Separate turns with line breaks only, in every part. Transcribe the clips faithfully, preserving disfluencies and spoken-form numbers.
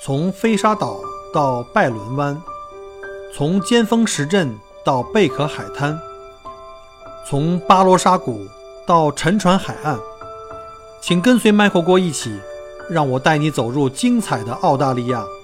从飞沙岛到拜伦湾，从尖峰石镇到贝壳海滩，从巴罗沙谷到沉船海岸，请跟随麦克郭一起，让我带你走入精彩的澳大利亚。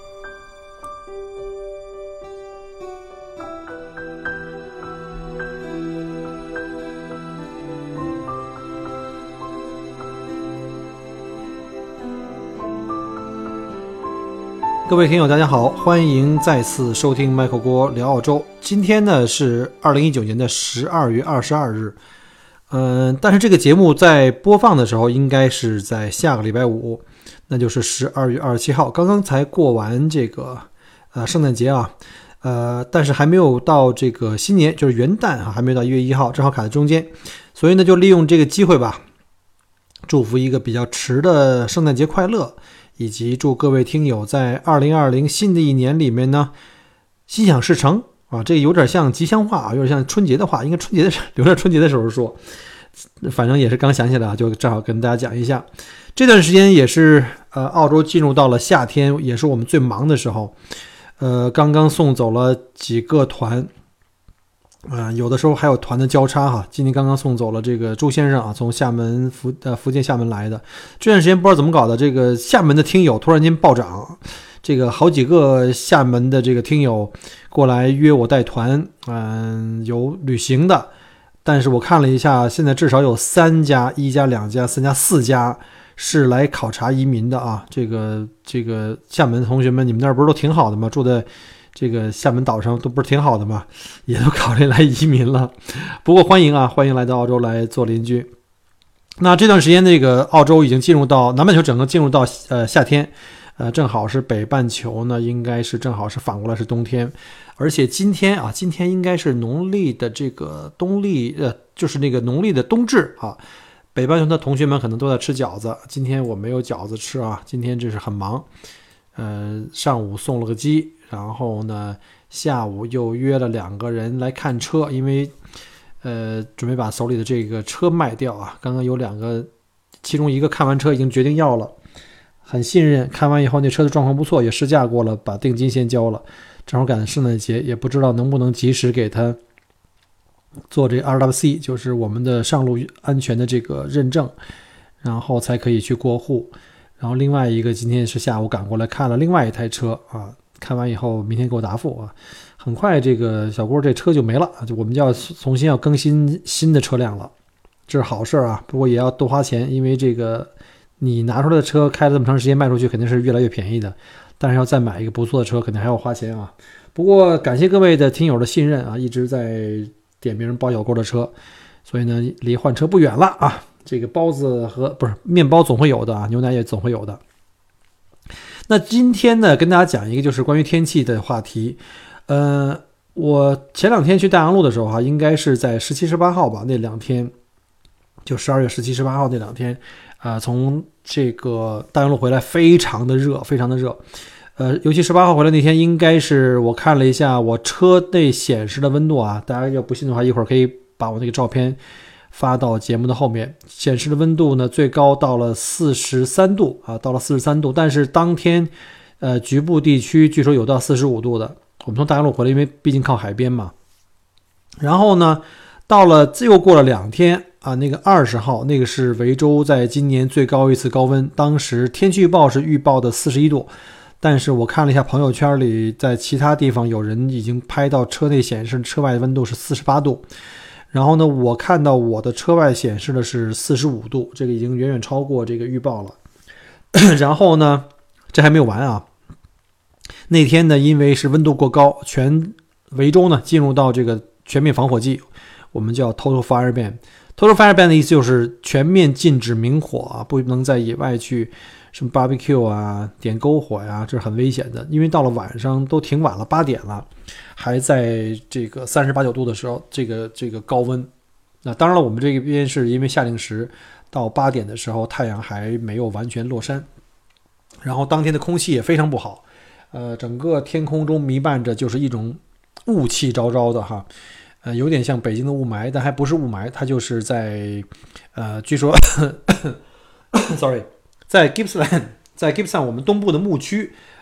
各位听友大家好，欢迎再次收听麦克郭聊澳洲。今天呢是二零一九年的十二月二十二日，嗯，但是这个节目在播放的时候应该是在下个礼拜五，那就是十二月二十七号，刚刚才过完这个呃圣诞节啊，呃，但是还没有到这个新年，就是元旦啊，还没有到一月一号，正好卡在中间，所以呢就利用这个机会吧，祝福一个比较迟的圣诞节快乐。以及祝各位听友在二零二零新的一年里面呢，心想事成啊！这个有点像吉祥话啊，有点像春节的话，应该春节的留着春节的时候说。反正也是刚想起来啊，就正好跟大家讲一下。这段时间也是呃，澳洲进入到了夏天，也是我们最忙的时候。呃，刚刚送走了几个团。呃，有的时候还有团的交叉哈。今天刚刚送走了这个周先生啊，从厦门福呃福建厦门来的。这段时间不知道怎么搞的，这个厦门的听友突然间暴涨，这个好几个厦门的这个听友过来约我带团，嗯，有旅行的。但是我看了一下，现在至少有三家，一家、两家、三家、四家是来考察移民的啊。这个这个厦门的同学们，你们那儿不是都挺好的吗？住在这个厦门岛上都不是挺好的吗？也都考虑来移民了。不过欢迎啊，欢迎来到澳洲来做邻居。那这段时间，这个澳洲已经进入到南半球，整个进入到呃夏天，呃，正好是北半球呢，应该是正好是反过来是冬天。而且今天啊，今天应该是农历的这个冬历，呃，就是那个农历的冬至啊。北半球的同学们可能都在吃饺子，今天我没有饺子吃啊，今天这是很忙。呃，上午送了个鸡。然后呢，下午又约了两个人来看车，因为呃准备把手里的这个车卖掉啊。刚刚有两个，其中一个看完车已经决定要了，很信任，看完以后那车的状况不错，也试驾过了，把定金先交了。正好赶上圣诞节，也不知道能不能及时给他做这 R W C， 就是我们的上路安全的这个认证，然后才可以去过户。然后另外一个今天是下午赶过来看了另外一台车啊。看完以后明天给我答复啊，很快这个小郭这车就没了，就我们就要重新要更新新的车辆了，这是好事啊。不过也要多花钱，因为这个你拿出来的车开了这么长时间卖出去肯定是越来越便宜的，但是要再买一个不错的车肯定还要花钱啊。不过感谢各位的听友的信任啊，一直在点名包小郭的车，所以呢离换车不远了啊。这个包子和不是面包总会有的啊，牛奶也总会有的。那今天呢，跟大家讲一个就是关于天气的话题。呃，我前两天去大洋路的时候哈、啊，应该是在十七、十八号吧，那两天，就十二月十七、十八号那两天，啊、呃，从这个大洋路回来，非常的热，非常的热。呃，尤其十八号回来那天，应该是我看了一下我车内显示的温度啊，大家要不信的话，一会儿可以把我那个照片发到节目的后面，显示的温度呢最高到了四十三度啊，到了四十三度，但是当天呃局部地区据说有到四十五度的。我们从大洋路回来，因为毕竟靠海边嘛。然后呢，到了又过了两天啊，那个二十号，那个是维州在今年最高一次高温，当时天气预报是预报的四十一度，但是我看了一下朋友圈里，在其他地方有人已经拍到车内显示车外的温度是四十八度。然后呢，我看到我的车外显示的是四十五度，这个已经远远超过这个预报了。然后呢，这还没有完啊。那天呢，因为是温度过高，全维州呢进入到这个全面防火季，我们叫 Total Fire Ban。Total Fire Ban 的意思就是全面禁止明火啊，不能在野外去什么 barbecue 啊、点篝火呀、啊，这是很危险的。因为到了晚上都挺晚了，八点了，还在这个三十八九度的时候，这个这个高温。那当然了，我们这边是因为夏令时，到八点的时候太阳还没有完全落山，然后当天的空气也非常不好，呃，整个天空中弥漫着就是一种雾气昭昭的哈。呃，有点像北京的雾霾，但还不是雾霾，它就是在，呃，据说，sorry，在 Gippsland，在 Gippsland 我们东部的牧区，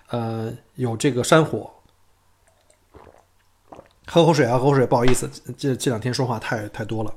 呃，有这个山火。喝口水啊，喝口水，不好意思，这这两天说话太太多了。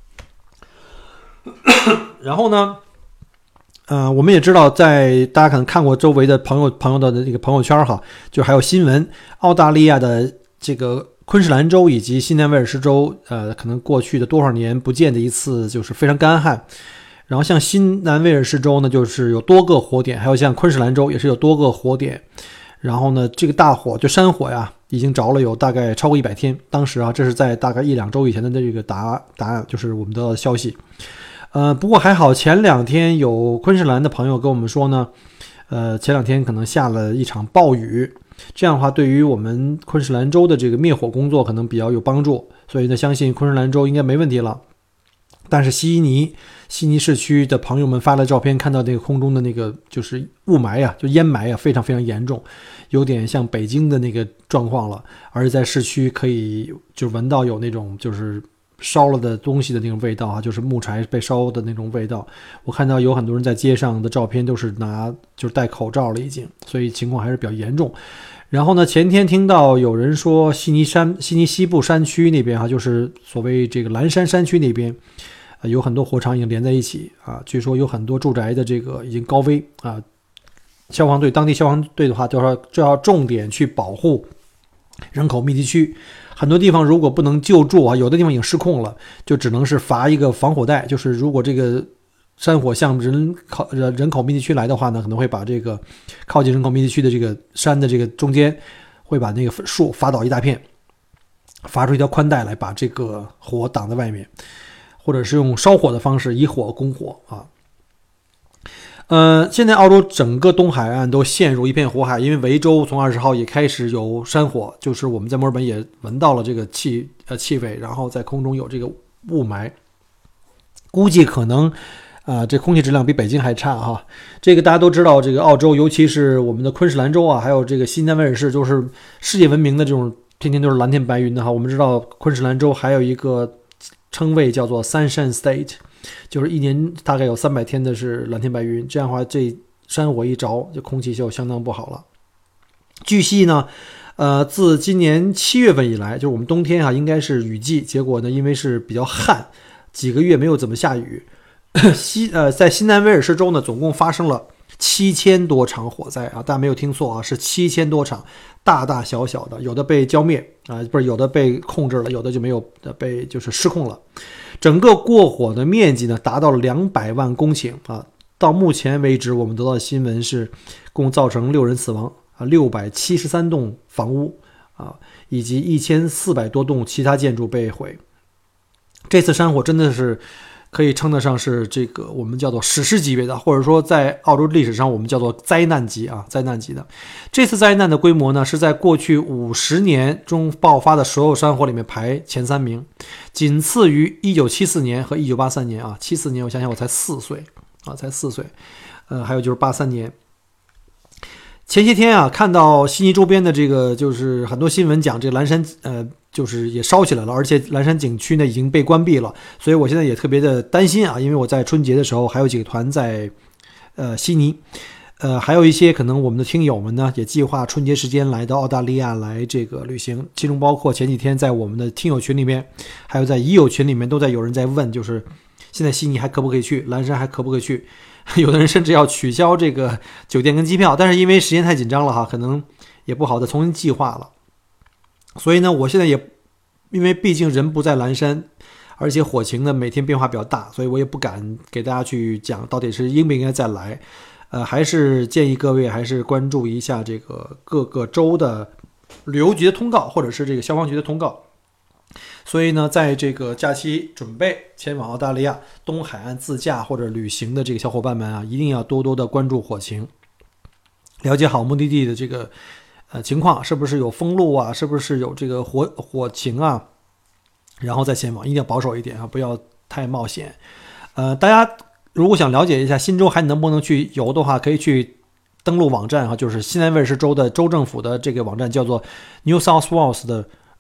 然后呢，呃，我们也知道在，在大家可能看过周围的朋友朋友的这个朋友圈哈，就还有新闻，澳大利亚的这个昆士兰州以及新南威尔士州，呃，可能过去的多少年不见的一次就是非常干旱。然后像新南威尔士州呢，就是有多个火点，还有像昆士兰州也是有多个火点。然后呢，这个大火就山火呀，已经着了有大概超过一百天。当时啊，这是在大概一两周以前的这个答答案，就是我们得到的消息。呃，不过还好，前两天有昆士兰的朋友跟我们说呢，呃，前两天可能下了一场暴雨，这样的话对于我们昆士兰州的这个灭火工作可能比较有帮助，所以呢，相信昆士兰州应该没问题了。但是悉尼悉尼市区的朋友们发了照片，看到那个空中的那个就是雾霾呀、啊，就烟霾呀、啊，非常非常严重，有点像北京的那个状况了。而在市区可以就闻到有那种就是烧了的东西的那种味道啊，就是木柴被烧的那种味道。我看到有很多人在街上的照片都是拿就是戴口罩了已经，所以情况还是比较严重。然后呢，前天听到有人说悉尼山悉尼西部山区那边啊，就是所谓这个蓝山山区那边。有很多火场已经连在一起啊，据说有很多住宅的这个已经高危啊。消防队当地消防队的话，就要就要重点去保护人口密集区。很多地方如果不能救助啊，有的地方已经失控了，就只能是罚一个防火带，就是如果这个山火向人口人口密集区来的话呢，可能会把这个靠近人口密集区的这个山的这个中间会把那个树伐倒一大片，伐出一条宽带来，把这个火挡在外面。或者是用烧火的方式以火攻火啊。呃，现在澳洲整个东海岸都陷入一片火海，因为维州从二十号也开始有山火，就是我们在墨尔本也闻到了这个气呃气味，然后在空中有这个雾霾，估计可能啊、呃、这空气质量比北京还差哈。这个大家都知道，这个澳洲尤其是我们的昆士兰州啊，还有这个新南威尔士，就是世界闻名的这种天天都是蓝天白云的哈。我们知道昆士兰州还有一个称谓叫做 Sunshine State， 就是一年大概有三百天的是蓝天白云，这样的话这山火一着就空气就相当不好了。据悉呢呃，自今年七月份以来，就是我们冬天啊应该是雨季，结果呢因为是比较旱，几个月没有怎么下雨，西呃在新南威尔士州呢总共发生了七千多场火灾啊，大家没有听错啊，是七千多场，大大小小的，有的被浇灭啊，不是有的被控制了，有的就没有被就是失控了。整个过火的面积呢达到了两百万公顷啊。到目前为止，我们得到的新闻是，共造成六人死亡啊，六百七十三栋房屋啊，以及一千四百多栋其他建筑被毁。这次山火真的是可以称得上是这个我们叫做史诗级别的，或者说在澳洲历史上我们叫做灾难级啊，灾难级的。这次灾难的规模呢，是在过去五十年中爆发的所有山火里面排前三名，仅次于一九七四年和一九八三年啊。七四年我想想我才四岁啊，才四岁，呃，还有就是八三年。前些天啊，看到悉尼周边的这个就是很多新闻讲这个蓝山呃。就是也烧起来了，而且蓝山景区呢已经被关闭了，所以我现在也特别的担心啊，因为我在春节的时候还有几个团在呃悉尼，呃还有一些可能我们的听友们呢也计划春节时间来到澳大利亚来这个旅行，其中包括前几天在我们的听友群里面，还有在已友群里面都在有人在问，就是现在悉尼还可不可以去，蓝山还可不可以去，有的人甚至要取消这个酒店跟机票，但是因为时间太紧张了哈，可能也不好再重新计划了。所以呢，我现在也因为毕竟人不在蓝山，而且火情呢每天变化比较大，所以我也不敢给大家去讲到底是应不应该再来。呃，还是建议各位还是关注一下这个各个州的旅游局的通告，或者是这个消防局的通告。所以呢，在这个假期准备前往澳大利亚东海岸自驾或者旅行的这个小伙伴们啊，一定要多多的关注火情，了解好目的地的这个呃，情况是不是有封路啊？是不是有这个火火情啊？然后再前往，一定要保守一点啊，不要太冒险。呃，大家如果想了解一下新州还能不能去游的话，可以去登录网站哈，就是新南威尔士州的州政府的这个网站，叫做 New South Wales 的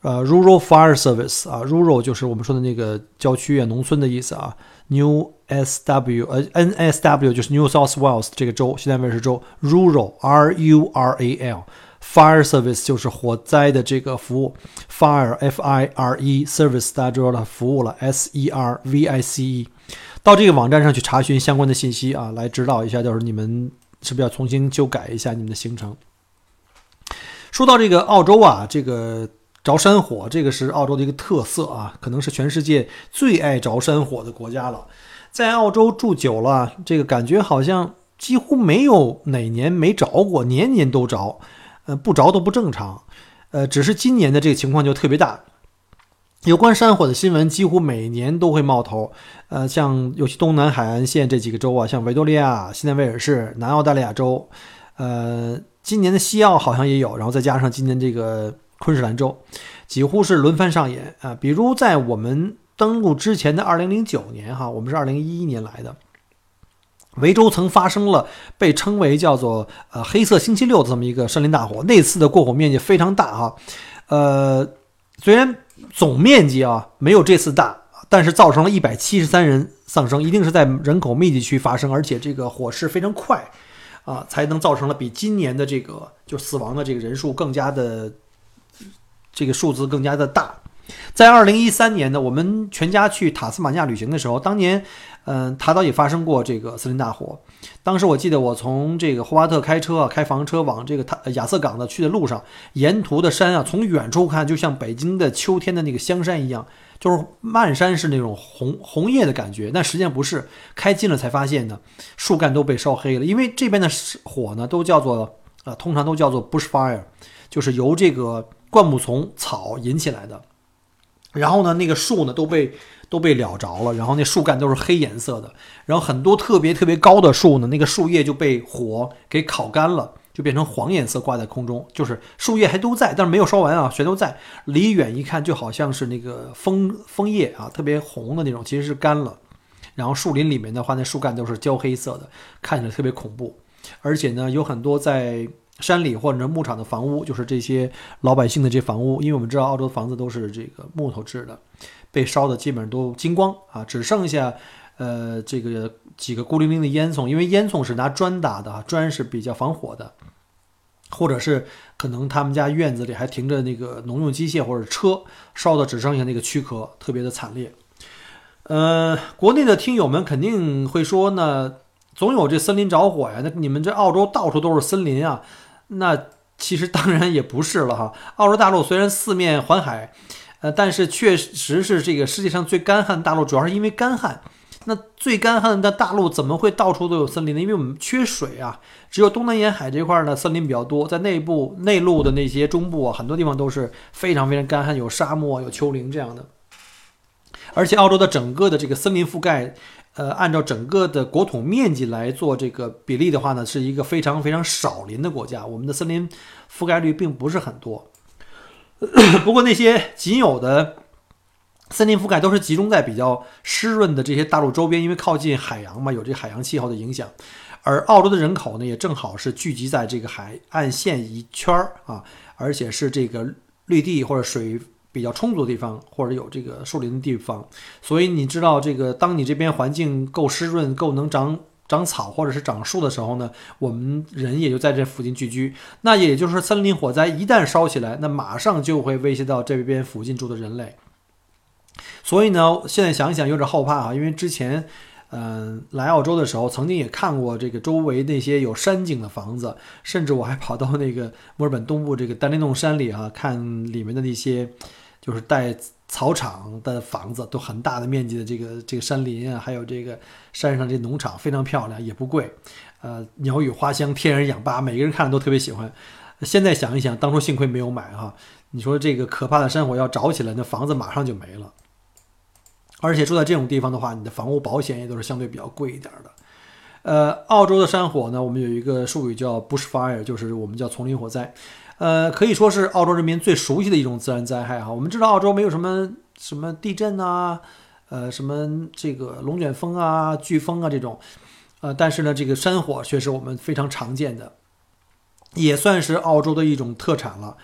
呃 Rural Fire Service 啊 ，Rural 就是我们说的那个郊区啊、农村的意思啊。New S W 呃 N S W 就是 New South Wales 这个州，西南威尔士州 Rural R U R A L Fire Service 就是火灾的这个服务 ，Fire F I R E Service 大家知道了服务了 S E R V I C E。到这个网站上去查询相关的信息啊，来指导一下，就是你们是不是要重新修改一下你们的行程。说到这个澳洲啊，这个着山火，这个是澳洲的一个特色啊，可能是全世界最爱着山火的国家了。在澳洲住久了，这个感觉好像几乎没有哪年没着过，年年都着，呃，不着都不正常。呃，只是今年的这个情况就特别大。有关山火的新闻几乎每年都会冒头，呃，像尤其东南海岸线这几个州啊，像维多利亚、西南威尔士、南澳大利亚州，呃，今年的西澳好像也有，然后再加上今年这个昆士兰州，几乎是轮番上演啊。比如在我们登陆之前的二零零九年哈，我们是二零一一年来的，维州曾发生了被称为叫做呃黑色星期六的这么一个森林大火，那次的过火面积非常大哈，呃，虽然总面积啊没有这次大，但是造成了一百七十三人丧生，一定是在人口密集区发生，而且这个火势非常快啊，才能造成了比今年的这个就死亡的这个人数更加的这个数字更加的大。在二零一三年呢，我们全家去塔斯马尼亚旅行的时候，当年嗯、呃，塔岛也发生过这个森林大火。当时我记得我从这个霍巴特开车啊，开房车往这个塔亚瑟港的去的路上，沿途的山啊，从远处看就像北京的秋天的那个香山一样，就是漫山是那种红红叶的感觉，但实际上不是，开近了才发现呢，树干都被烧黑了。因为这边的火呢，都叫做呃，通常都叫做 bushfire， 就是由这个灌木丛草引起来的。然后呢，那个树呢都被都被燎着了，然后那树干都是黑颜色的，然后很多特别特别高的树呢，那个树叶就被火给烤干了，就变成黄颜色挂在空中，就是树叶还都在，但是没有烧完啊，全都在。离远一看就好像是那个枫枫叶啊，特别红的那种，其实是干了。然后树林里面的话，那树干都是焦黑色的，看起来特别恐怖。而且呢，有很多在山里或者牧场的房屋，就是这些老百姓的这房屋，因为我们知道澳洲房子都是这个木头制的，被烧的基本上都精光啊，只剩下呃这个几个孤零零的烟囱，因为烟囱是拿砖打的，砖是比较防火的，或者是可能他们家院子里还停着那个农用机械或者车，烧的只剩下那个躯壳，特别的惨烈。呃，国内的听友们肯定会说呢，总有这森林着火呀，那你们这澳洲到处都是森林啊。那其实当然也不是了哈。澳洲大陆虽然四面环海，呃，但是确实是这个世界上最干旱的大陆，主要是因为干旱。那最干旱的大陆怎么会到处都有森林呢？因为我们缺水啊，只有东南沿海这块呢森林比较多，在内部内陆的那些中部啊，很多地方都是非常非常干旱，有沙漠、有丘陵这样的。而且澳洲的整个的这个森林覆盖，呃，按照整个的国土面积来做这个比例的话呢，是一个非常非常少林的国家，我们的森林覆盖率并不是很多。不过那些仅有的森林覆盖都是集中在比较湿润的这些大陆周边，因为靠近海洋嘛，有这海洋气候的影响。而澳洲的人口呢，也正好是聚集在这个海岸线一圈啊，而且是这个绿地或者水比较充足的地方，或者有这个树林的地方。所以你知道，这个当你这边环境够湿润、够能长长草或者是长树的时候呢，我们人也就在这附近聚居。那也就是说，森林火灾一旦烧起来，那马上就会威胁到这边附近住的人类。所以呢，现在想一想有点后怕啊，因为之前嗯、呃，来澳洲的时候，曾经也看过这个周围那些有山景的房子，甚至我还跑到那个墨尔本东部这个丹尼弄山里啊，看里面的那些就是带草场的房子，都很大的面积的这个这个山林啊，还有这个山上这农场非常漂亮，也不贵，呃，鸟语花香，天然氧吧，每个人看了都特别喜欢。现在想一想，当初幸亏没有买哈，你说这个可怕的山火要着起来，那房子马上就没了。而且住在这种地方的话，你的房屋保险也都是相对比较贵一点的。呃，澳洲的山火呢，我们有一个术语叫 bushfire， 就是我们叫丛林火灾。呃，可以说是澳洲人民最熟悉的一种自然灾害哈。我们知道澳洲没有什么什么地震啊，呃，什么这个龙卷风啊、飓风啊这种，呃，但是呢，这个山火却是我们非常常见的，也算是澳洲的一种特产了。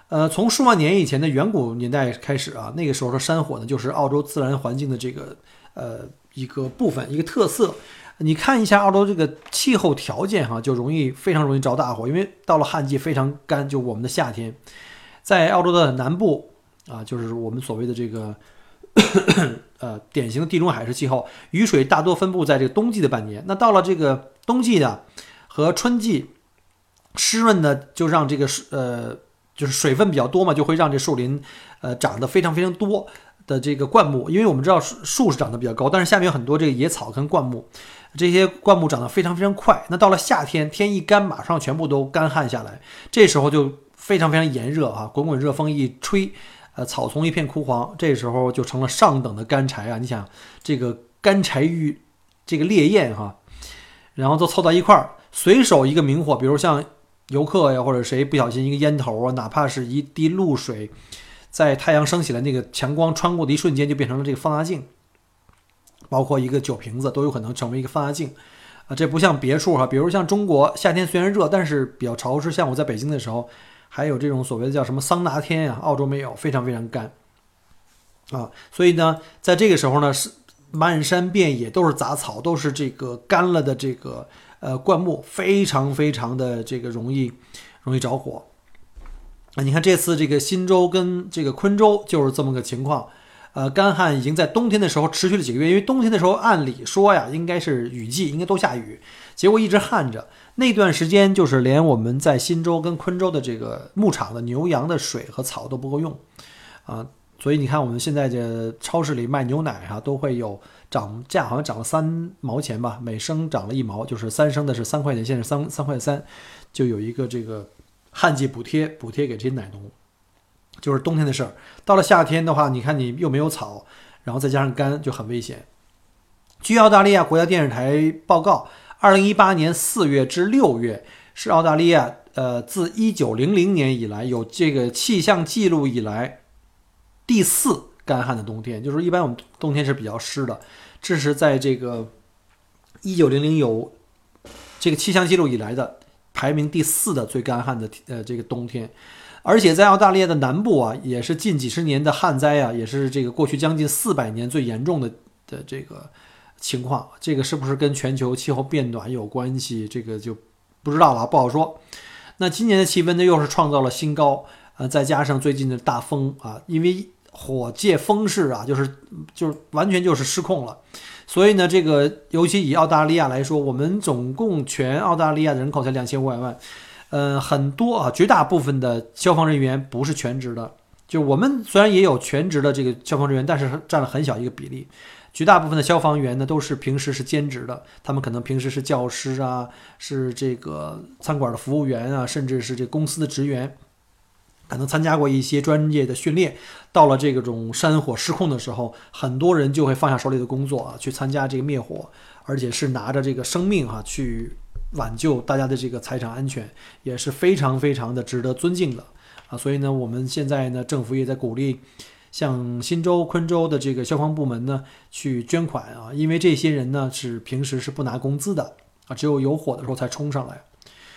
呃，从数万年以前的远古年代开始啊，那个时候的山火呢，就是澳洲自然环境的这个呃一个部分，一个特色。你看一下澳洲这个气候条件哈，就容易非常容易着大火，因为到了旱季非常干，就我们的夏天，在澳洲的南部啊，就是我们所谓的这个呃典型的地中海式气候，雨水大多分布在这个冬季的半年。那到了这个冬季呢和春季，湿润呢就让这个呃。就是水分比较多嘛，就会让这树林，呃，长得非常非常多的这个灌木。因为我们知道树是长得比较高，但是下面有很多这个野草跟灌木，这些灌木长得非常非常快。那到了夏天，天一干，马上全部都干旱下来，这时候就非常非常炎热啊，滚滚热风一吹，呃，草丛一片枯黄，这时候就成了上等的干柴啊。你想这个干柴遇这个烈焰哈，然后都凑到一块儿，随手一个明火，比如像游客呀，或者谁不小心一个烟头啊，哪怕是一滴露水，在太阳升起来那个强光穿过的一瞬间，就变成了这个放大镜。包括一个酒瓶子都有可能成为一个放大镜啊！这不像别处哈，比如像中国夏天虽然热，但是比较潮湿。像我在北京的时候，还有这种所谓的叫什么桑拿天呀，澳洲没有，非常非常干啊。所以呢，在这个时候呢，是漫山遍野都是杂草，都是这个干了的这个。呃，灌木非常非常的这个容易容易着火啊！你看这次这个新州跟这个昆州就是这么个情况，呃，干旱已经在冬天的时候持续了几个月，因为冬天的时候按理说呀，应该是雨季，应该都下雨，结果一直旱着。那段时间就是连我们在新州跟昆州的这个牧场的牛羊的水和草都不够用啊。所以你看，我们现在这超市里卖牛奶哈、啊，都会有涨价，好像涨了三毛钱吧，每升涨了一毛，就是三升的是三块钱，现在是三三块三，就有一个这个旱季补贴，补贴给这些奶农，就是冬天的事儿。到了夏天的话，你看你又没有草，然后再加上干，就很危险。据澳大利亚国家电视台报告，二零一八年四月至六月是澳大利亚呃自一九零零年以来有这个气象记录以来。第四干旱的冬天，就是一般我们冬天是比较湿的，这是在这个一九零零有这个气象记录以来的排名第四的最干旱的呃这个冬天，而且在澳大利亚的南部啊，也是近几十年的旱灾啊，也是这个过去将近四百年最严重的的这个情况。这个是不是跟全球气候变暖有关系？这个就不知道了，不好说。那今年的气温呢，又是创造了新高，呃，再加上最近的大风啊，因为火借风势啊，就是就是完全就是失控了。所以呢，这个尤其以澳大利亚来说，我们总共全澳大利亚的人口才两千五百万，呃，很多啊，绝大部分的消防人员不是全职的。就我们虽然也有全职的这个消防人员，但是占了很小一个比例。绝大部分的消防员呢，都是平时是兼职的，他们可能平时是教师啊，是这个餐馆的服务员啊，甚至是这公司的职员。可能参加过一些专业的训练，到了这种山火失控的时候，很多人就会放下手里的工作啊，去参加这个灭火，而且是拿着这个生命啊去挽救大家的这个财产安全，也是非常非常的值得尊敬的啊。所以呢，我们现在呢，政府也在鼓励像新州、昆州的这个消防部门呢去捐款啊，因为这些人呢是平时是不拿工资的啊，只有有火的时候才冲上来。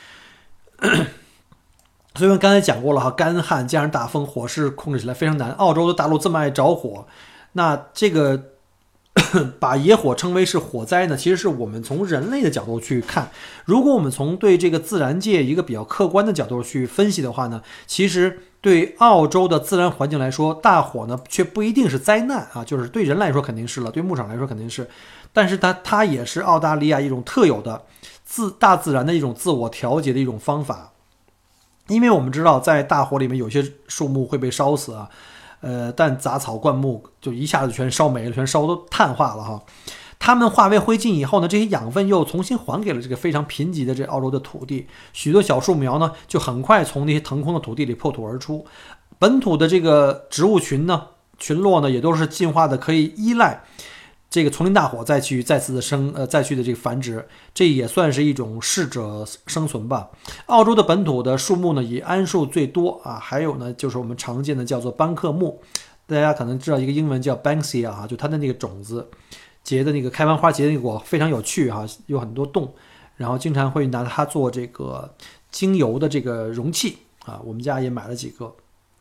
所以我刚才讲过了哈，干旱加上大风，火势控制起来非常难。澳洲的大陆这么爱着火，那这个把野火称为是火灾呢，其实是我们从人类的角度去看。如果我们从对这个自然界一个比较客观的角度去分析的话呢，其实对澳洲的自然环境来说，大火呢却不一定是灾难啊，就是对人来说肯定是了，对牧场来说肯定是，但是它它也是澳大利亚一种特有的自大自然的一种自我调节的一种方法。因为我们知道在大火里面有些树木会被烧死啊，呃，但杂草灌木就一下子全烧没了，全烧都碳化了哈。它们化为灰烬以后呢，这些养分又重新还给了这个非常贫瘠的这澳洲的土地，许多小树苗呢就很快从那些腾空的土地里破土而出。本土的这个植物群呢群落呢也都是进化的可以依赖这个丛林大火再去再次的生呃再去的这个繁殖，这也算是一种适者生存吧。澳洲的本土的树木呢以桉树最多啊，还有呢就是我们常见的叫做班克木，大家可能知道一个英文叫 Banksia 啊，就它的那个种子结的那个开完花结的那个果非常有趣哈、啊，有很多洞，然后经常会拿它做这个精油的这个容器啊，我们家也买了几个。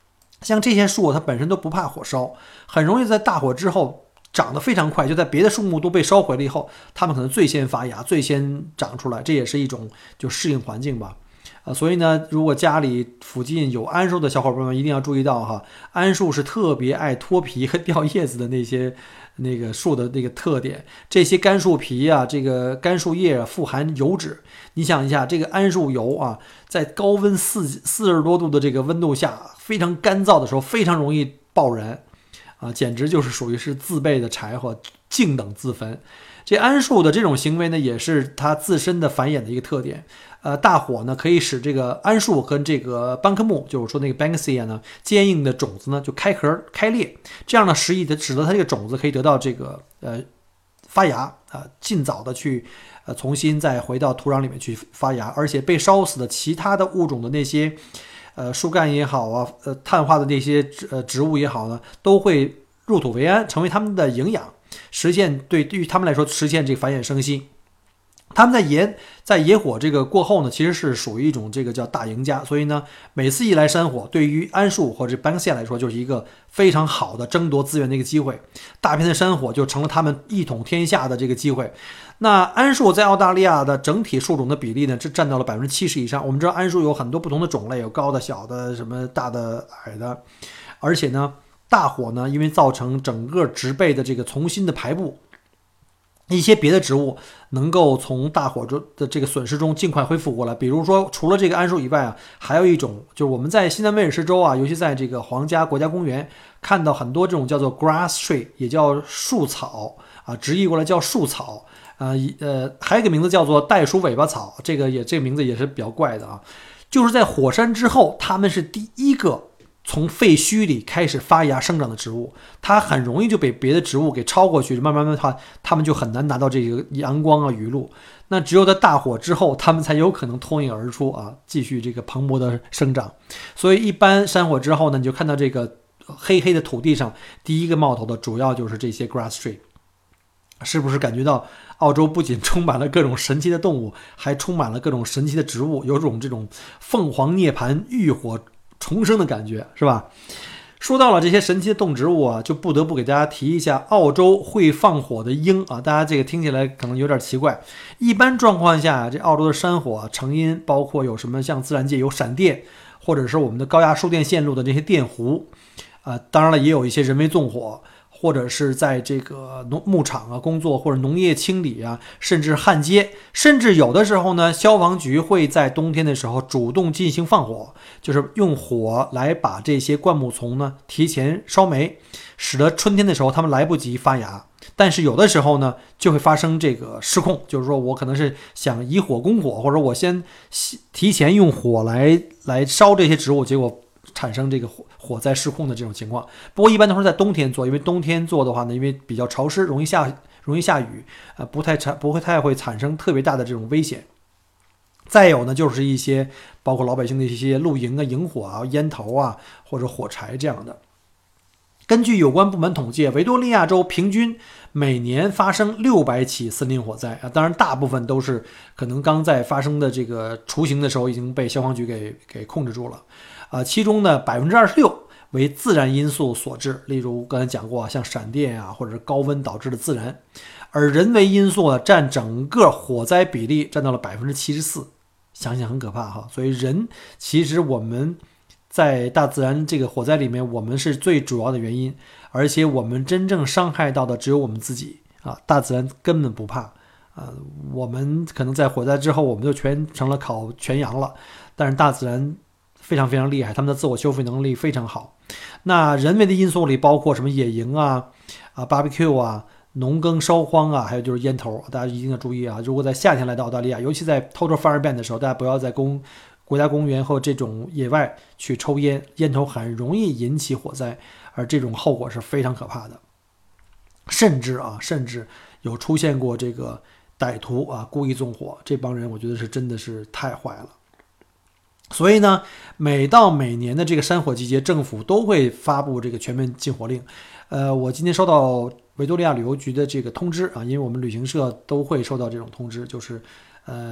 像这些树它本身都不怕火烧，很容易在大火之后长得非常快，就在别的树木都被烧毁了以后，它们可能最先发芽，最先长出来，这也是一种就适应环境吧。呃，所以呢，如果家里附近有桉树的小伙伴们一定要注意到哈，桉树是特别爱脱皮和掉叶子的那些那个树的那个特点。这些干树皮啊，这个干树叶啊，富含油脂。你想一下，这个桉树油啊，在高温四四十多度的这个温度下，非常干燥的时候，非常容易爆燃啊，简直就是属于是自备的柴火，静等自焚。这桉树的这种行为呢，也是它自身的繁衍的一个特点。呃，大火呢可以使这个桉树跟这个班科木，就是说那个 Banksia 呢，坚硬的种子呢就开壳开裂，这样呢使以的使得它这个种子可以得到这个呃发芽啊、呃，尽早的去呃重新再回到土壤里面去发芽，而且被烧死的其他的物种的那些呃树干也好啊，呃碳化的那些呃植物也好呢，都会入土为安，成为它们的营养，实现对对于他们来说实现这个繁衍生息。他们在野在野火这个过后呢，其实是属于一种这个叫大赢家，所以呢，每次一来山火，对于桉树或者班克线来说，就是一个非常好的争夺资源的一个机会。大片的山火就成了他们一统天下的这个机会。那桉树在澳大利亚的整体树种的比例呢，这占到了百分之七十以上。我们知道桉树有很多不同的种类，有高的、小的、什么大的、矮的，而且呢，大火呢，因为造成整个植被的这个重新的排布。一些别的植物能够从大火中的这个损失中尽快恢复过来，比如说除了这个桉树以外啊，还有一种就是我们在西南威尔士州啊，尤其在这个皇家国家公园看到很多这种叫做 grass tree， 也叫树草啊，直译过来叫树草，呃呃，还有一个名字叫做袋鼠尾巴草，这个也这个名字也是比较怪的啊，就是在火山之后，它们是第一个从废墟里开始发芽生长的植物，它很容易就被别的植物给超过去，慢慢慢它它们就很难拿到这个阳光啊雨露。那只有在大火之后，它们才有可能脱颖而出啊，继续这个蓬勃的生长。所以一般山火之后呢，你就看到这个黑黑的土地上第一个冒头的主要就是这些 grass tree。是不是感觉到澳洲不仅充满了各种神奇的动物，还充满了各种神奇的植物，有种这种凤凰涅槃浴火重生的感觉，是吧？说到了这些神奇的动植物啊，就不得不给大家提一下澳洲会放火的鹰啊。大家这个听起来可能有点奇怪。一般状况下，这澳洲的山火成因包括有什么，像自然界有闪电，或者是我们的高压输电线路的这些电弧啊、呃，当然了，也有一些人为纵火。或者是在这个农牧场啊工作，或者农业清理啊，甚至焊接，甚至有的时候呢，消防局会在冬天的时候主动进行放火，就是用火来把这些灌木丛呢提前烧没，使得春天的时候它们来不及发芽。但是有的时候呢，就会发生这个失控，就是说我可能是想以火攻火，或者我先提前用火来来烧这些植物，结果产生这个火火灾失控的这种情况。不过一般都是在冬天做，因为冬天做的话呢，因为比较潮湿，容易下容易下雨，呃，不太产不会太会产生特别大的这种危险。再有呢，就是一些包括老百姓的一些露营啊、营火啊、烟头啊或者火柴这样的。根据有关部门统计，维多利亚州平均每年发生六百起森林火灾啊，当然大部分都是可能刚在发生的这个雏形的时候已经被消防局给给控制住了。啊，其中呢百分之二十六为自然因素所致，例如刚才讲过，像闪电啊，或者是高温导致的自燃，而人为因素呢占整个火灾比例占到了百分之七十四，想想很可怕哈。所以人其实我们在大自然这个火灾里面，我们是最主要的原因，而且我们真正伤害到的只有我们自己啊，大自然根本不怕啊。我们可能在火灾之后，我们就全成了烤全羊了，但是大自然非常非常厉害，他们的自我修复能力非常好。那人为的因素里包括什么野营啊、啊 barbecue 啊、农耕烧荒啊，还有就是烟头。大家一定要注意啊！如果在夏天来到澳大利亚，尤其在 total fire ban 的时候，大家不要在公国家公园和这种野外去抽烟，烟头很容易引起火灾，而这种后果是非常可怕的。甚至啊，甚至有出现过这个歹徒啊故意纵火，这帮人我觉得是真的是太坏了。所以呢，每到每年的这个山火季节，政府都会发布这个全面禁火令。呃，我今天收到维多利亚旅游局的这个通知啊，因为我们旅行社都会收到这种通知，就是呃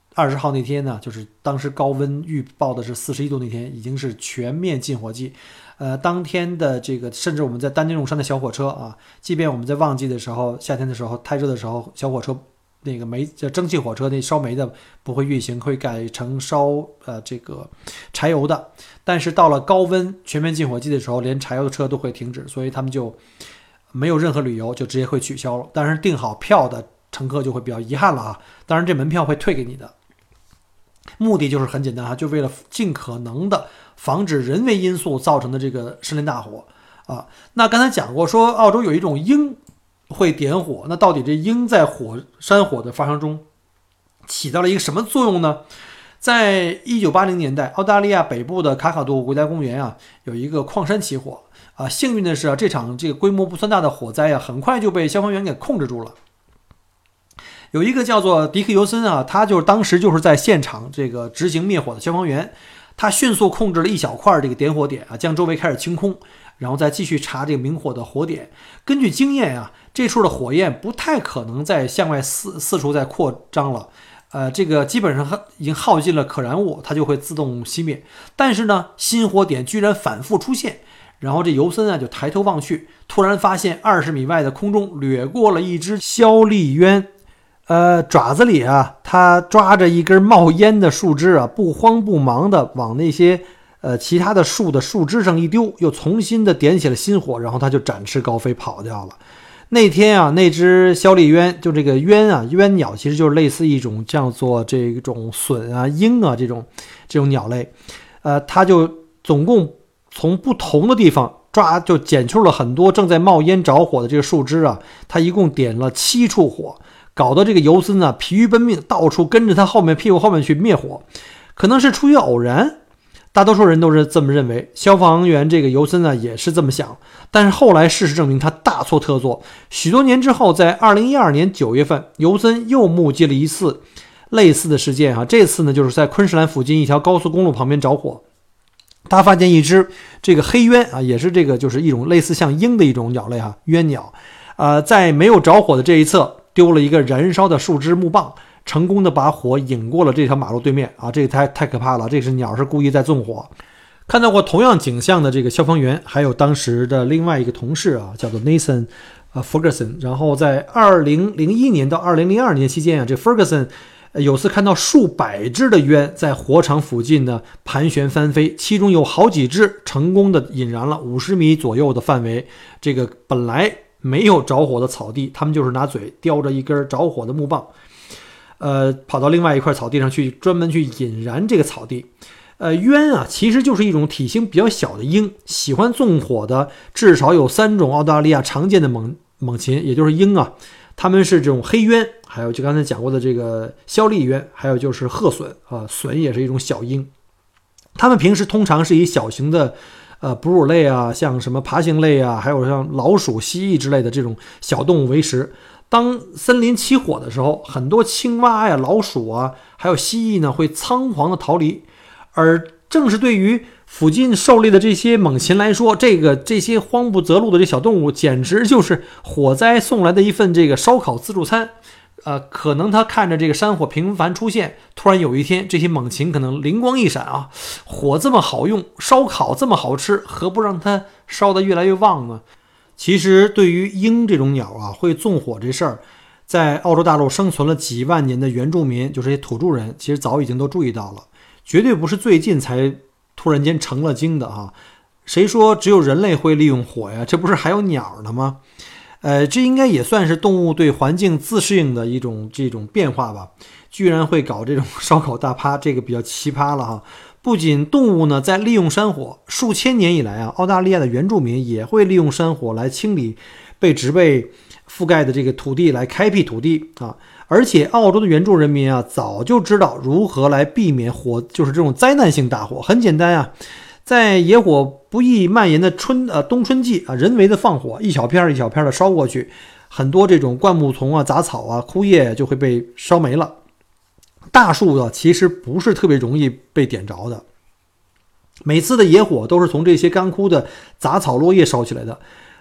二十号那天呢，就是当时高温预报的是四十一度那天，已经是全面禁火季。呃，当天的这个，甚至我们在丹顶山的小火车啊，即便我们在旺季的时候，夏天的时候太热的时候，小火车那个煤蒸汽火车那烧煤的不会运行，会改成烧呃这个柴油的。但是到了高温全面禁火季的时候，连柴油的车都会停止，所以他们就没有任何旅游，就直接会取消了。但是订好票的乘客就会比较遗憾了啊，当然这门票会退给你的。目的就是很简单啊，就为了尽可能的防止人为因素造成的这个森林大火啊。那刚才讲过，说澳洲有一种鹰会点火，那到底这鹰在火山火的发生中起到了一个什么作用呢？在一九八零年代，澳大利亚北部的卡卡杜国家公园啊，有一个矿山起火啊。幸运的是啊，这场这个规模不算大的火灾啊，很快就被消防员给控制住了。有一个叫做迪克尤森啊，他就是当时就是在现场这个执行灭火的消防员，他迅速控制了一小块这个点火点啊，将周围开始清空，然后再继续查这个明火的火点。根据经验啊，这处的火焰不太可能再向外四四处再扩张了，呃，这个基本上已经耗尽了可燃物，它就会自动熄灭。但是呢，新火点居然反复出现。然后这尤森啊就抬头望去，突然发现二十米外的空中掠过了一只肖丽鸢。呃，爪子里啊，他抓着一根冒烟的树枝啊，不慌不忙的往那些呃其他的树的树枝上一丢，又重新的点起了新火，然后他就展翅高飞跑掉了。那天啊，那只肖丽鸢，就这个鸢啊，鸢鸟其实就是类似一种叫做这种隼啊、鹰啊这种这种鸟类，呃，它就总共从不同的地方抓，就捡出了很多正在冒烟着火的这个树枝啊，它一共点了七处火。搞得这个尤森呢疲于奔命，到处跟着他后面屁股后面去灭火。可能是出于偶然，大多数人都是这么认为，消防员这个尤森呢也是这么想。但是后来事实证明他大错特错。许多年之后，在二零一二年九月份，尤森又目击了一次类似的事件啊。这次呢就是在昆士兰附近一条高速公路旁边着火，他发现一只这个黑鸢啊，也是这个就是一种类似像鹰的一种鸟类哈，鸢鸟。呃，在没有着火的这一侧丢了一个燃烧的树枝木棒，成功的把火引过了这条马路对面啊！这个太太可怕了，这是鸟是故意在纵火。看到过同样景象的这个消防员，还有当时的另外一个同事啊，叫做 Nathan 呃 Ferguson。然后在二零零一年到二零零二年期间啊，这 Ferguson 有次看到数百只的鸢在火场附近呢盘旋翻飞，其中有好几只成功的引燃了五十米左右的范围。这个本来没有着火的草地，他们就是拿嘴叼着一根着火的木棒，呃，跑到另外一块草地上去，专门去引燃这个草地。呃，鸢啊，其实就是一种体型比较小的鹰，喜欢纵火的至少有三种澳大利亚常见的猛猛禽，也就是鹰啊，它们是这种黑鸢，还有就刚才讲过的这个肖丽鸢，还有就是鹤隼啊，隼也是一种小鹰。它们平时通常是以小型的呃，哺乳类啊，像什么爬行类啊，还有像老鼠、蜥蜴之类的这种小动物为食。当森林起火的时候，很多青蛙呀、老鼠啊，还有蜥蜴呢，会仓皇的逃离。而正是对于附近狩猎的这些猛禽来说，这个这些荒不择路的这小动物，简直就是火灾送来的一份这个烧烤自助餐。呃，可能他看着这个山火频繁出现，突然有一天，这些猛禽可能灵光一闪啊，火这么好用，烧烤这么好吃，何不让它烧得越来越旺呢？其实，对于鹰这种鸟啊，会纵火这事儿，在澳洲大陆生存了几万年的原住民，就是这些土著人，其实早已经都注意到了，绝对不是最近才突然间成了精的啊！谁说只有人类会利用火呀？这不是还有鸟呢吗？呃，这应该也算是动物对环境自适应的一种这种变化吧。居然会搞这种烧烤大趴，这个比较奇葩了哈。不仅动物呢在利用山火，数千年以来啊，澳大利亚的原住民也会利用山火来清理被植被覆盖的这个土地，来开辟土地啊。而且澳洲的原住人民啊，早就知道如何来避免火，就是这种灾难性大火。很简单啊。在野火不易蔓延的春呃冬春季啊，人为的放火，一小片一小片的烧过去，很多这种灌木丛啊、杂草啊、枯叶就会被烧没了。大树呢，其实不是特别容易被点着的。每次的野火都是从这些干枯的杂草落叶烧起来的。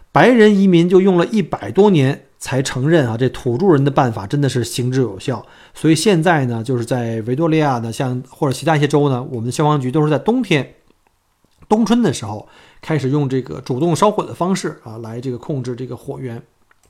白人移民就用了一百多年才承认啊，这土著人的办法真的是行之有效。所以现在呢，就是在维多利亚呢，像或者其他一些州呢，我们的消防局都是在冬天、冬春的时候开始用这个主动烧火的方式啊，来这个控制这个火源。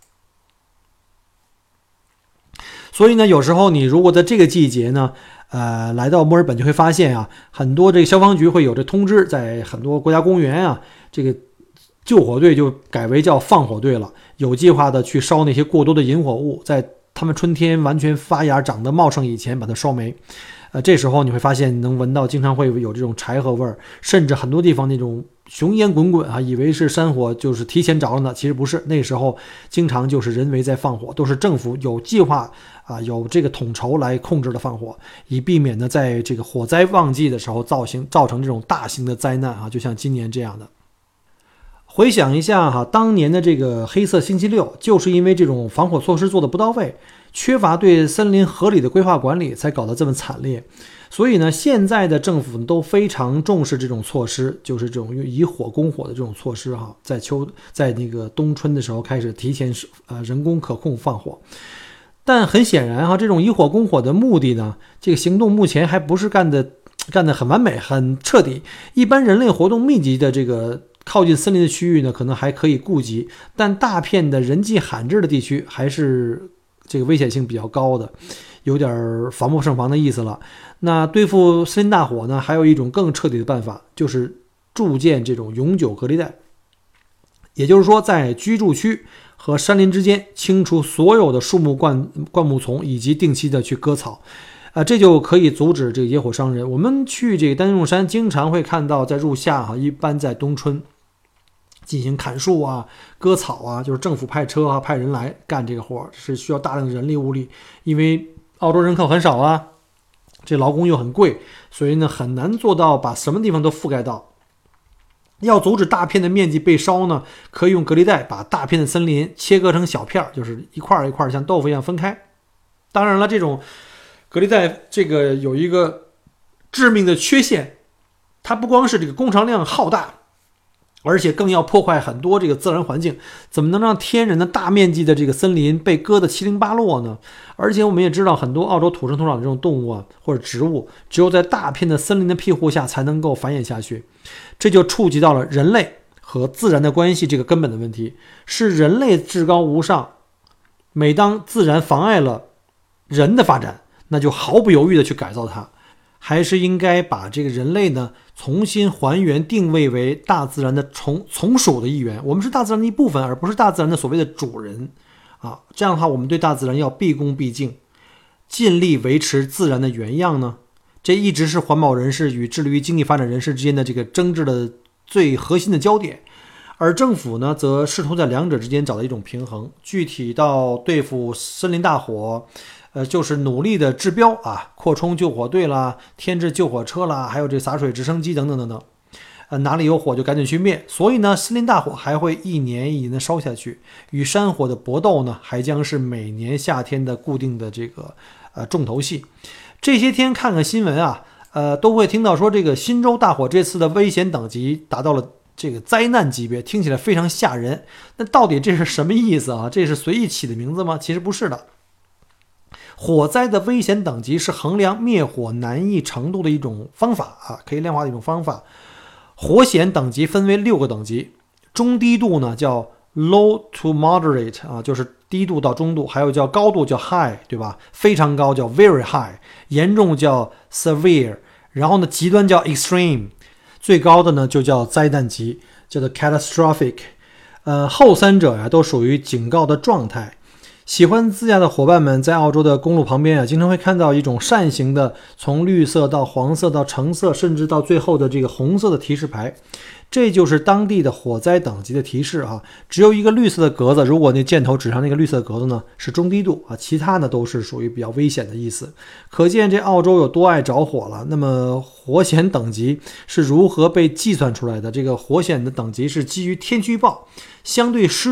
所以呢，有时候你如果在这个季节呢，呃，来到墨尔本就会发现啊，很多这个消防局会有这通知，在很多国家公园啊，这个救火队就改为叫放火队了，有计划的去烧那些过多的引火物，在他们春天完全发芽长得茂盛以前把它烧没。呃，这时候你会发现能闻到经常会有这种柴禾味儿，甚至很多地方那种熊烟滚滚啊，以为是山火就是提前着了呢，其实不是，那时候经常就是人为在放火，都是政府有计划啊，有这个统筹来控制的放火，以避免呢在这个火灾旺季的时候造型造成这种大型的灾难啊，就像今年这样的。回想一下哈，当年的这个黑色星期六，就是因为这种防火措施做的不到位，缺乏对森林合理的规划管理，才搞得这么惨烈。所以呢，现在的政府都非常重视这种措施，就是这种以火攻火的这种措施哈，在秋在那个冬春的时候开始提前呃人工可控放火。但很显然哈，这种以火攻火的目的呢，这个行动目前还不是干的干得很完美、很彻底。一般人类活动密集的这个靠近森林的区域呢，可能还可以顾及，但大片的人迹罕至的地区还是这个危险性比较高的，有点防不胜防的意思了。那对付森林大火呢，还有一种更彻底的办法，就是筑建这种永久隔离带。也就是说，在居住区和山林之间清除所有的树木灌灌木丛，以及定期的去割草。啊，这就可以阻止这个野火伤人。我们去这个丹用山，经常会看到在入夏哈，一般在冬春进行砍树啊、割草啊，就是政府派车啊、派人来干这个活，是需要大量的人力物力。因为澳洲人口很少啊，这劳工又很贵，所以呢很难做到把什么地方都覆盖到。要阻止大片的面积被烧呢，可以用隔离带把大片的森林切割成小片，就是一块一块像豆腐一样分开。当然了，这种隔离带这个有一个致命的缺陷，它不光是这个工程量浩大，而且更要破坏很多这个自然环境。怎么能让天然的大面积的这个森林被割得七零八落呢？而且我们也知道，很多澳洲土生土长的这种动物啊或者植物，只有在大片的森林的庇护下才能够繁衍下去。这就触及到了人类和自然的关系这个根本的问题，是人类至高无上。每当自然妨碍了人的发展，那就毫不犹豫的去改造它。还是应该把这个人类呢重新还原定位为大自然的从从属的一员，我们是大自然的一部分，而不是大自然的所谓的主人啊。这样的话，我们对大自然要毕恭毕敬，尽力维持自然的原样呢。这一直是环保人士与致力于经济发展人士之间的这个争执的最核心的焦点。而政府呢，则试图在两者之间找到一种平衡。具体到对付森林大火，呃，就是努力的治标啊，扩充救火队啦，添置救火车啦，还有这洒水直升机等等等等。呃，哪里有火就赶紧去灭。所以呢，森林大火还会一年一年的烧下去，与山火的搏斗呢，还将是每年夏天的固定的这个呃重头戏。这些天看看新闻啊，呃，都会听到说这个新州大火这次的危险等级达到了这个灾难级别，听起来非常吓人。那到底这是什么意思啊？这是随意起的名字吗？其实不是的。火灾的危险等级是衡量灭火难易程度的一种方法啊，可以量化的一种方法。火险等级分为六个等级，中低度呢叫 low to moderate 啊，就是低度到中度，还有叫高度叫 high， 对吧？非常高叫 very high， 严重叫 severe， 然后呢极端叫 extreme， 最高的呢就叫灾难级，叫做 catastrophic。呃，后三者呀、啊、都属于警告的状态。喜欢自驾的伙伴们在澳洲的公路旁边啊，经常会看到一种扇形的，从绿色到黄色到橙色，甚至到最后的这个红色的提示牌，这就是当地的火灾等级的提示啊。只有一个绿色的格子，如果那箭头指上那个绿色的格子呢，是中低度啊，其他呢都是属于比较危险的意思。可见这澳洲有多爱着火了。那么火险等级是如何被计算出来的？这个火险的等级是基于天气预报、相对湿度、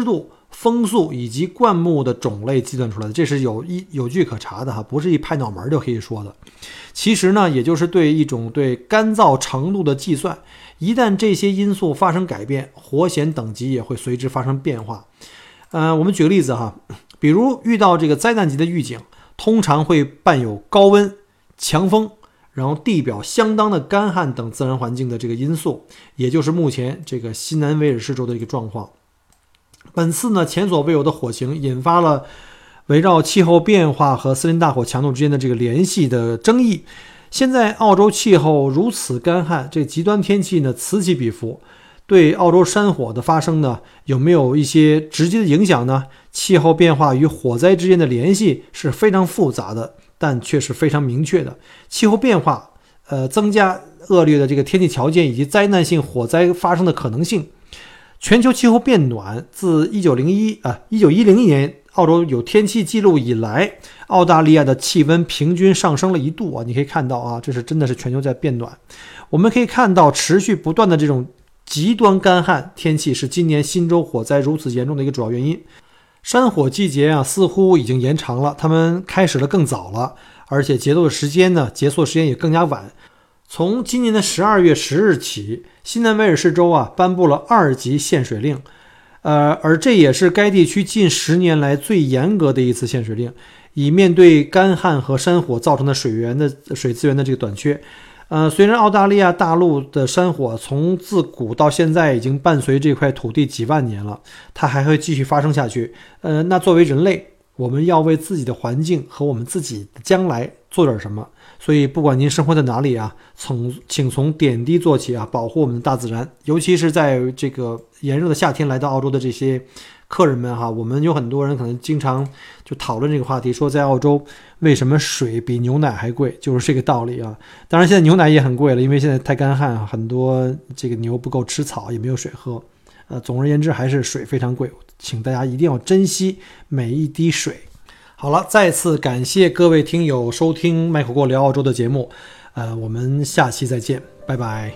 风速以及灌木的种类计算出来的，这是有一有据可查的哈，不是一拍脑门就可以说的。其实呢，也就是对一种对干燥程度的计算，一旦这些因素发生改变，火险等级也会随之发生变化。呃，我们举个例子哈，比如遇到这个灾难级的预警，通常会伴有高温、强风，然后地表相当的干旱等自然环境的这个因素，也就是目前这个新南威尔士州的一个状况。本次呢，前所未有的火情引发了围绕气候变化和森林大火强度之间的这个联系的争议。现在澳洲气候如此干旱，这极端天气呢此起彼伏，对澳洲山火的发生呢有没有一些直接的影响呢？气候变化与火灾之间的联系是非常复杂的，但却是非常明确的。气候变化呃增加恶劣的这个天气条件以及灾难性火灾发生的可能性。全球气候变暖自一九零一啊一九一零年澳洲有天气记录以来，澳大利亚的气温平均上升了一度啊，你可以看到啊，这是真的是全球在变暖。我们可以看到持续不断的这种极端干旱天气是今年新州火灾如此严重的一个主要原因。山火季节啊似乎已经延长了，他们开始的更早了，而且节奏的时间呢结束时间也更加晚。从今年的十二月十日起，新南威尔士州啊颁布了二级限水令，呃，而这也是该地区近十年来最严格的一次限水令，以面对干旱和山火造成的水源的水资源的这个短缺。呃，虽然澳大利亚大陆的山火从自古到现在已经伴随这块土地几万年了，它还会继续发生下去。呃，那作为人类，我们要为自己的环境和我们自己的将来做点什么。所以不管您生活在哪里啊，从请从点滴做起啊，保护我们的大自然。尤其是在这个炎热的夏天来到澳洲的这些客人们哈，我们有很多人可能经常就讨论这个话题，说在澳洲为什么水比牛奶还贵，就是这个道理啊。当然现在牛奶也很贵了，因为现在太干旱，很多这个牛不够吃草，也没有水喝。呃，总而言之还是水非常贵，请大家一定要珍惜每一滴水。好了，再次感谢各位听友收听麦口锅聊澳洲的节目，呃，我们下期再见，拜拜。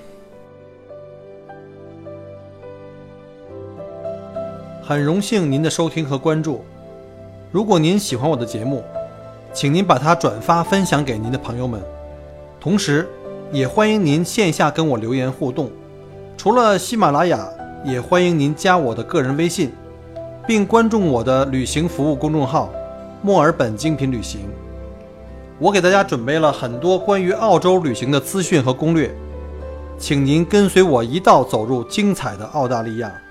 很荣幸您的收听和关注，如果您喜欢我的节目，请您把它转发分享给您的朋友们，同时也欢迎您线下跟我留言互动。除了喜马拉雅，也欢迎您加我的个人微信，并关注我的旅行服务公众号墨尔本精品旅行。我给大家准备了很多关于澳洲旅行的资讯和攻略，请您跟随我一道走入精彩的澳大利亚。